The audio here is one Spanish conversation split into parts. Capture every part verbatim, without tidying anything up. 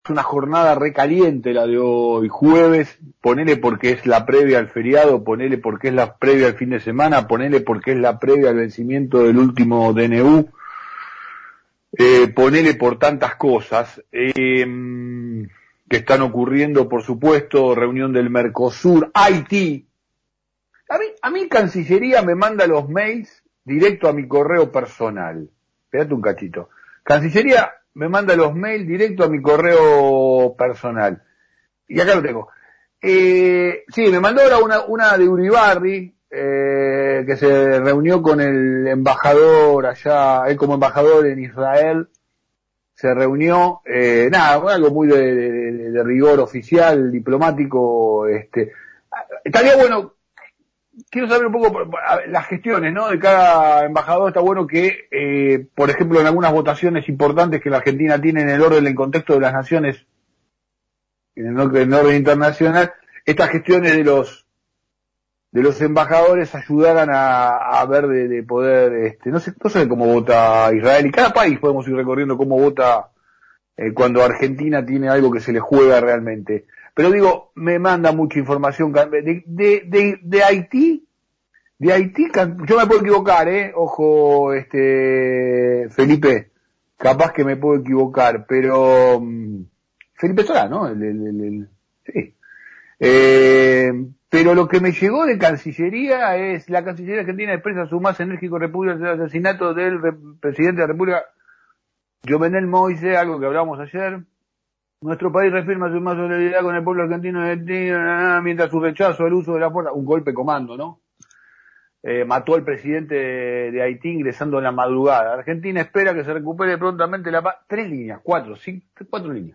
una jornada recaliente la de hoy, jueves, ponele porque es la previa al feriado, ponele porque es la previa al fin de semana, ponele porque es la previa al vencimiento del último D N U, eh, ponele por tantas cosas eh, que están ocurriendo, por supuesto, reunión del Mercosur, Haití. A mí, a mí Cancillería me manda los mails directo a mi correo personal. Espérate un cachito. Cancillería me manda los mails directo a mi correo personal. Y acá lo tengo. Eh, sí, me mandó ahora una, una de Uribarri, eh, que se reunió con el embajador allá, él como embajador en Israel, se reunió, eh, nada, algo muy de, de, de rigor oficial, diplomático, este, estaría bueno, quiero saber un poco las gestiones, ¿no? De cada embajador. Está bueno que, eh, por ejemplo, en algunas votaciones importantes que la Argentina tiene en el orden, en el contexto de las naciones, en el orden, en el orden internacional, estas gestiones de los de los embajadores ayudaran a, a ver de, de poder, este, no sé, no sé cómo vota Israel, y cada país podemos ir recorriendo cómo vota eh, cuando Argentina tiene algo que se le juega realmente. Pero digo, me manda mucha información de, de, de, de Haití, de Haití, yo me puedo equivocar, eh, ojo, este, Felipe, capaz que me puedo equivocar, pero, um, Felipe Solá, ¿no? El, el, el, el, sí. Eh, pero lo que me llegó de Cancillería es, la Cancillería Argentina expresa su más enérgico repudio al asesinato del presidente de la República, Jovenel Moïse, algo que hablamos ayer. Nuestro país reafirma su más solidaridad con el pueblo argentino mientras su rechazo al uso de la fuerza, un golpe comando, ¿no? Eh, mató al presidente de, de Haití ingresando en la madrugada. Argentina espera que se recupere prontamente la paz. Tres líneas, cuatro, cinco, cuatro líneas.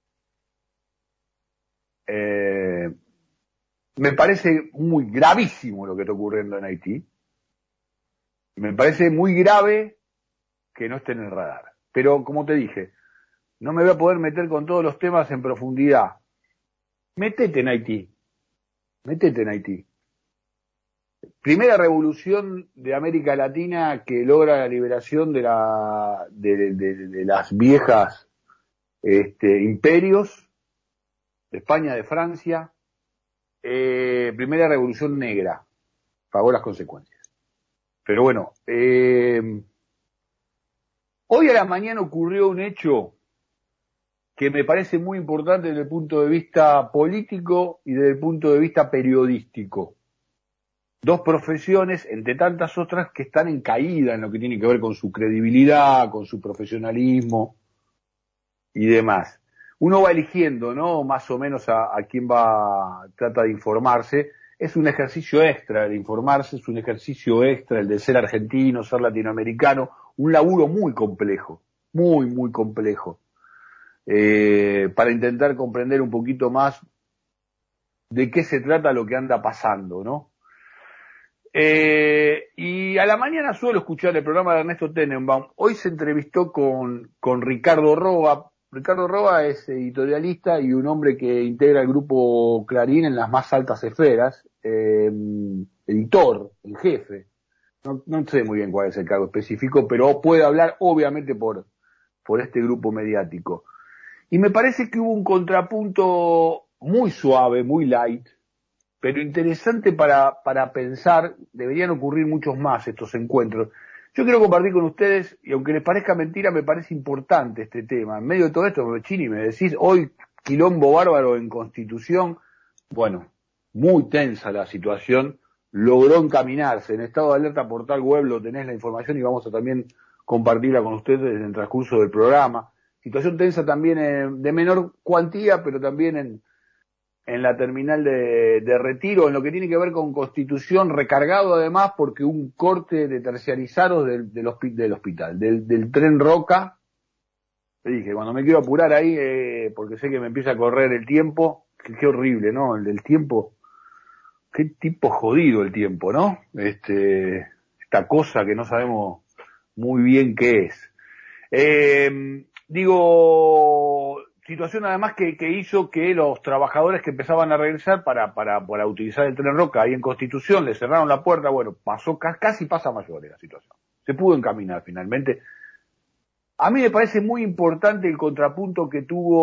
Eh, me parece muy gravísimo lo que está ocurriendo en Haití. Me parece muy grave que no esté en el radar. Pero, como te dije, no me voy a poder meter con todos los temas en profundidad. Métete en Haití. Métete en Haití. Primera revolución de América Latina que logra la liberación de la de, de, de las viejas este, imperios de España, de Francia. Eh, primera revolución negra. Pagó las consecuencias. Pero bueno, eh, hoy a la mañana ocurrió un hecho que me parece muy importante desde el punto de vista político y desde el punto de vista periodístico. Dos profesiones, entre tantas otras, que están en caída en lo que tiene que ver con su credibilidad, con su profesionalismo y demás. Uno va eligiendo, ¿no? Más o menos a, a quién va, trata de informarse. Es un ejercicio extra el de informarse, es un ejercicio extra el de ser argentino, ser latinoamericano, un laburo muy complejo, muy, muy complejo, eh, para intentar comprender un poquito más de qué se trata lo que anda pasando, ¿no? Eh, y a la mañana suelo escuchar el programa de Ernesto Tenenbaum. Hoy se entrevistó con, con Ricardo Roba. Ricardo Roba es editorialista y un hombre que integra el grupo Clarín en las más altas esferas, eh, editor en jefe. No, no sé muy bien cuál es el cargo específico, pero puede hablar obviamente por, por este grupo mediático. Y me parece que hubo un contrapunto muy suave, muy light, pero interesante para, para pensar. Deberían ocurrir muchos más estos encuentros. Yo quiero compartir con ustedes, y aunque les parezca mentira, me parece importante este tema. En medio de todo esto, Chini, me decís, hoy quilombo bárbaro en Constitución. Bueno, muy tensa la situación, logró encaminarse. En estado de alerta portal web lo tenés la información y vamos a también compartirla con ustedes en el transcurso del programa. Situación tensa también en, de menor cuantía, pero también en en la terminal de, de Retiro, en lo que tiene que ver con Constitución, recargado además porque un corte de terciarizados del, del, hospi, del hospital, del, del tren Roca. Le dije, cuando me quiero apurar ahí, eh, porque sé que me empieza a correr el tiempo, qué, qué horrible, ¿no? El del tiempo, qué tipo jodido el tiempo, ¿no? Este, esta cosa que no sabemos muy bien qué es. Eh, digo... Situación además que, que hizo que los trabajadores que empezaban a regresar para, para, para utilizar el tren Roca ahí en Constitución, le cerraron la puerta. Bueno, pasó, casi pasa a mayores la situación. Se pudo encaminar finalmente. A mí me parece muy importante el contrapunto que tuvo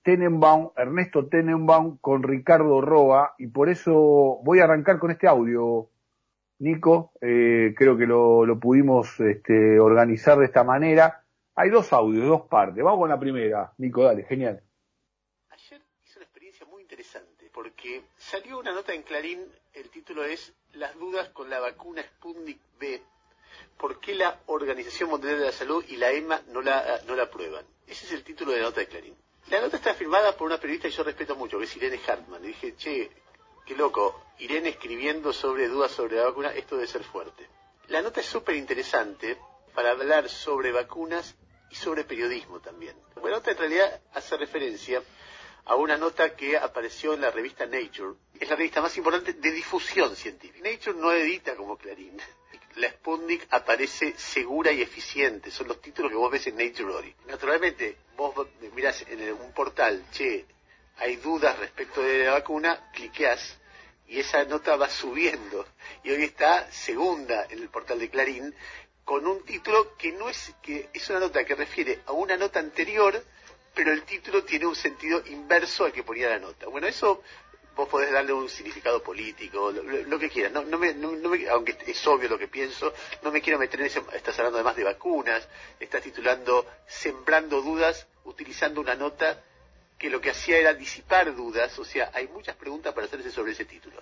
Tenenbaum, Ernesto Tenenbaum con Ricardo Roa, y por eso voy a arrancar con este audio, Nico. Eh, creo que lo, lo pudimos este, organizar de esta manera. Hay dos audios, dos partes. Vamos con la primera. Nico, dale, genial. Ayer hice una experiencia muy interesante, porque salió una nota en Clarín, el título es "Las dudas con la vacuna Sputnik V, ¿por qué la Organización Mundial de la Salud y la EMA no la, no la aprueban?". Ese es el título de la nota de Clarín. La nota está firmada por una periodista que yo respeto mucho, que es Irene Hartman. Y dije, che, qué loco, Irene escribiendo sobre dudas sobre la vacuna, esto debe ser fuerte. La nota es súper interesante para hablar sobre vacunas y sobre periodismo también. La nota en realidad hace referencia a una nota que apareció en la revista Nature. Es la revista más importante de difusión científica. Nature no edita como Clarín. La Sputnik aparece segura y eficiente. Son los títulos que vos ves en Nature hoy. Naturalmente, vos mirás en un portal, che, hay dudas respecto de la vacuna, cliqueás y esa nota va subiendo. Y hoy está segunda en el portal de Clarín con un título que no es, que es una nota que refiere a una nota anterior, pero el título tiene un sentido inverso al que ponía la nota. Bueno, eso vos podés darle un significado político, lo, lo, lo que quieras. No, no me, no, no me, aunque es obvio lo que pienso, no me quiero meter en ese. Estás hablando además de vacunas, estás titulando "Sembrando dudas", utilizando una nota que lo que hacía era disipar dudas. O sea, hay muchas preguntas para hacerse sobre ese título.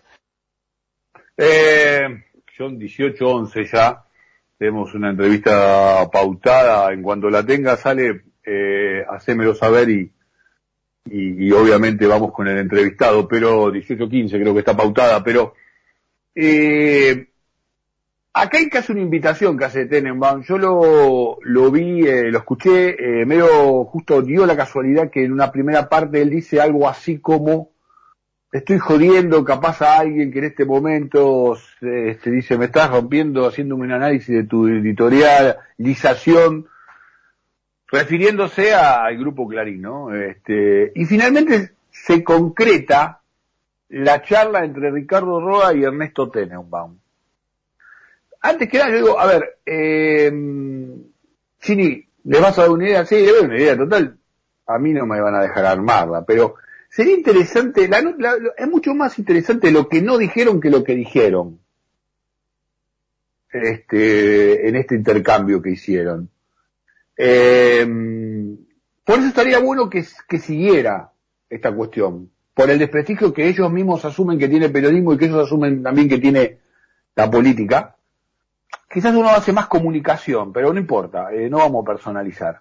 Eh, son dieciocho once ya. Tenemos una entrevista pautada. En cuanto la tenga, sale, eh, hacémelo saber y Y, y obviamente vamos con el entrevistado, pero dieciocho quince creo que está pautada, pero eh, acá hay que hacer una invitación que hace Tenenbaum. Yo lo, lo vi, eh, lo escuché, eh, medio justo dio la casualidad que en una primera parte él dice algo así como: estoy jodiendo capaz a alguien que en este momento este, dice, me estás rompiendo haciéndome un análisis de tu editorialización, refiriéndose al grupo Clarín, ¿no? Este, y finalmente se concreta la charla entre Ricardo Roa y Ernesto Tenenbaum. Antes que nada, yo digo, a ver, eh, Chini, ¿les vas a dar una idea? Sí, le doy una idea, total, a mí no me van a dejar armarla, pero sería interesante, la, la, es mucho más interesante lo que no dijeron que lo que dijeron, este, en este intercambio que hicieron. Eh, por eso estaría bueno que, que siguiera esta cuestión, por el desprestigio que ellos mismos asumen que tiene el periodismo y que ellos asumen también que tiene la política. Quizás uno hace más comunicación, pero no importa, eh, no vamos a personalizar.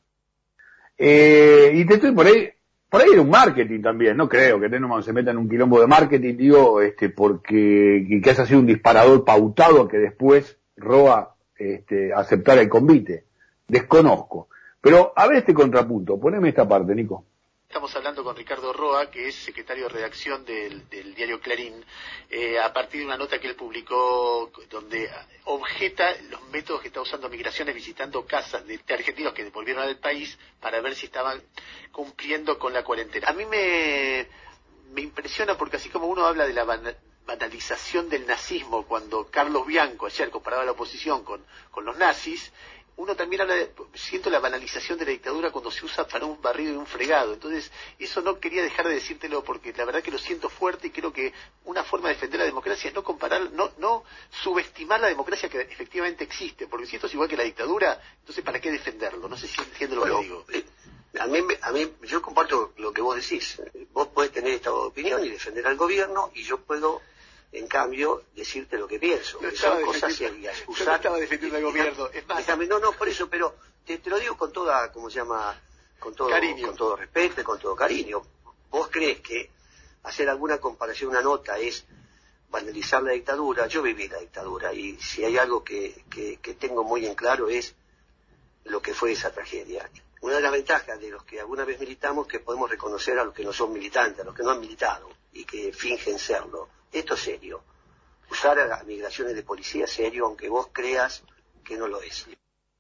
Eh, y te estoy por ahí, por ahí era un marketing también, no creo que Tenenbaum se meta en un quilombo de marketing, digo, este, porque que, que haya sido un disparador pautado que después Roa este, aceptara el convite. Desconozco. Pero a ver este contrapunto, poneme esta parte, Nico. Estamos hablando con Ricardo Roa, que es secretario de redacción del, del diario Clarín, eh, a partir de una nota que él publicó donde objeta los métodos que está usando Migraciones visitando casas de, de argentinos que volvieron al país para ver si estaban cumpliendo con la cuarentena. A mí me, me impresiona porque así como uno habla de la ban banalización del nazismo cuando Carlos Bianco ayer comparaba a la oposición con, con los nazis, uno también habla de, siento la banalización de la dictadura cuando se usa para un barrido y un fregado. Entonces, eso no quería dejar de decírtelo porque la verdad que lo siento fuerte y creo que una forma de defender la democracia es no comparar, no, no subestimar la democracia que efectivamente existe, porque si esto es igual que la dictadura, entonces ¿para qué defenderlo? No sé si entiendo lo bueno, que digo. Eh, a mí, a mí, yo comparto lo que vos decís. Vos podés tener esta opinión y defender al gobierno y yo puedo, en cambio, decirte lo que pienso. No que son cosas serias. Usar, yo no estaba defendiendo al gobierno. Es más, déjame, no, no, por eso, pero te, te lo digo con toda, ¿cómo se llama? Con todo, cariño. Con todo respeto y con todo cariño. ¿Vos crees que hacer alguna comparación, una nota, es banalizar la dictadura? Yo viví la dictadura y si hay algo que, que, que tengo muy en claro es lo que fue esa tragedia. Una de las ventajas de los que alguna vez militamos es que podemos reconocer a los que no son militantes, a los que no han militado y que fingen serlo. Esto es serio. Usar a las migraciones de policía es serio, aunque vos creas que no lo es.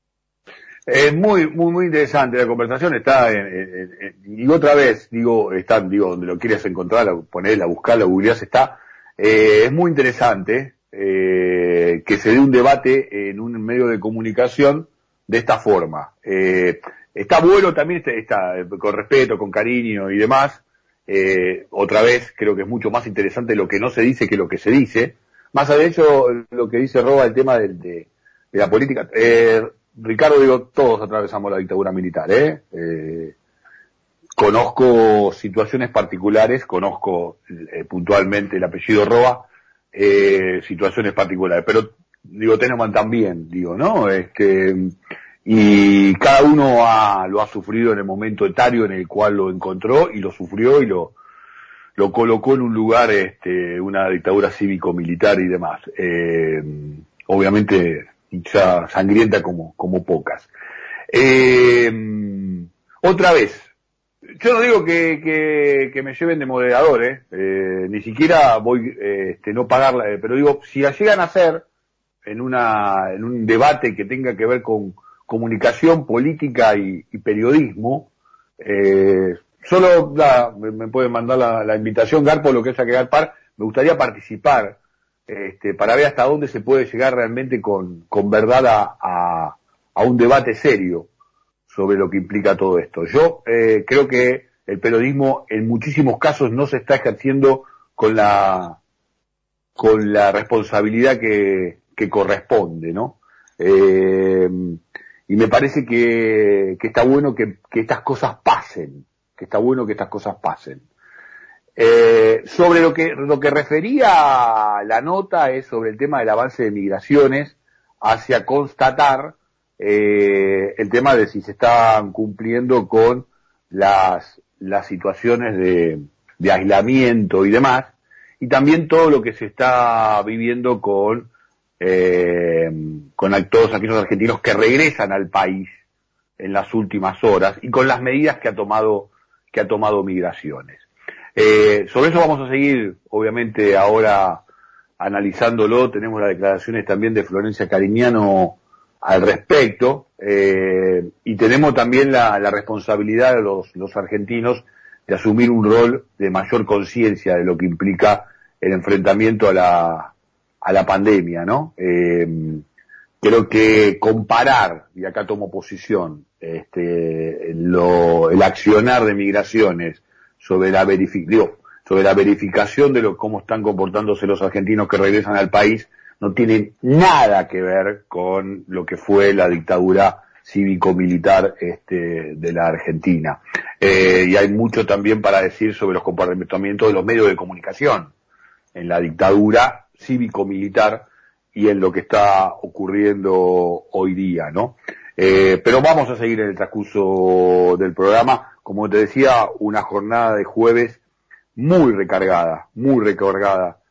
Es muy, muy, muy interesante la conversación. Está, en, en, en, y otra vez, digo, está, digo, donde lo quieras encontrar, ponerla, buscarla, googleás, está. Eh, es muy interesante eh, que se dé un debate en un medio de comunicación de esta forma. Eh, está bueno también, está, está con respeto, con cariño y demás. Eh, otra vez, creo que es mucho más interesante lo que no se dice que lo que se dice. Más allá de hecho, lo que dice Roba, el tema de, de, de la política. Eh, Ricardo, digo, todos atravesamos la dictadura militar, ¿eh? eh conozco situaciones particulares, conozco eh, puntualmente el apellido Roa, eh, situaciones particulares, pero digo, Teneman también, digo, ¿no? Este, y cada uno ha, lo ha sufrido en el momento etario en el cual lo encontró y lo sufrió y lo, lo colocó en un lugar, este, una dictadura cívico-militar y demás. Eh, obviamente, ya sangrienta como, como pocas. Eh, otra vez, yo no digo que, que, que me lleven de moderador, eh, eh ni siquiera voy, eh, este, no pagarla, eh, pero digo, si la llegan a hacer en una, en un debate que tenga que ver con comunicación, política y, y periodismo, eh, solo la, me, me pueden mandar la, la invitación, Garpo, lo que sea que Garpar, me gustaría participar, este, para ver hasta dónde se puede llegar realmente con, con verdad a, a, a un debate serio sobre lo que implica todo esto. Yo eh, creo que el periodismo en muchísimos casos no se está ejerciendo con la con la responsabilidad que, que corresponde, ¿no? Eh, y me parece que, que está bueno que, que estas cosas pasen, que está bueno que estas cosas pasen. Eh, sobre lo que lo que refería la nota es sobre el tema del avance de migraciones hacia constatar Eh, el tema de si se están cumpliendo con las, las situaciones de, de aislamiento y demás, y también todo lo que se está viviendo con, eh, con todos aquellos argentinos que regresan al país en las últimas horas y con las medidas que ha tomado, que ha tomado Migraciones. Eh, sobre eso vamos a seguir, obviamente, ahora analizándolo. Tenemos las declaraciones también de Florencia Cariñano al respecto, eh, y tenemos también la, la responsabilidad de los, los argentinos de asumir un rol de mayor conciencia de lo que implica el enfrentamiento a la, a la pandemia, ¿no? Eh, creo que comparar, y acá tomo posición, este, lo, el accionar de Migraciones sobre la verificación, sobre la verificación de lo, cómo están comportándose los argentinos que regresan al país, no tiene nada que ver con lo que fue la dictadura cívico-militar este, de la Argentina. Eh, y hay mucho también para decir sobre los comportamientos de los medios de comunicación en la dictadura cívico-militar y en lo que está ocurriendo hoy día, ¿no? Eh, pero vamos a seguir en el transcurso del programa. Como te decía, una jornada de jueves muy recargada, muy recargada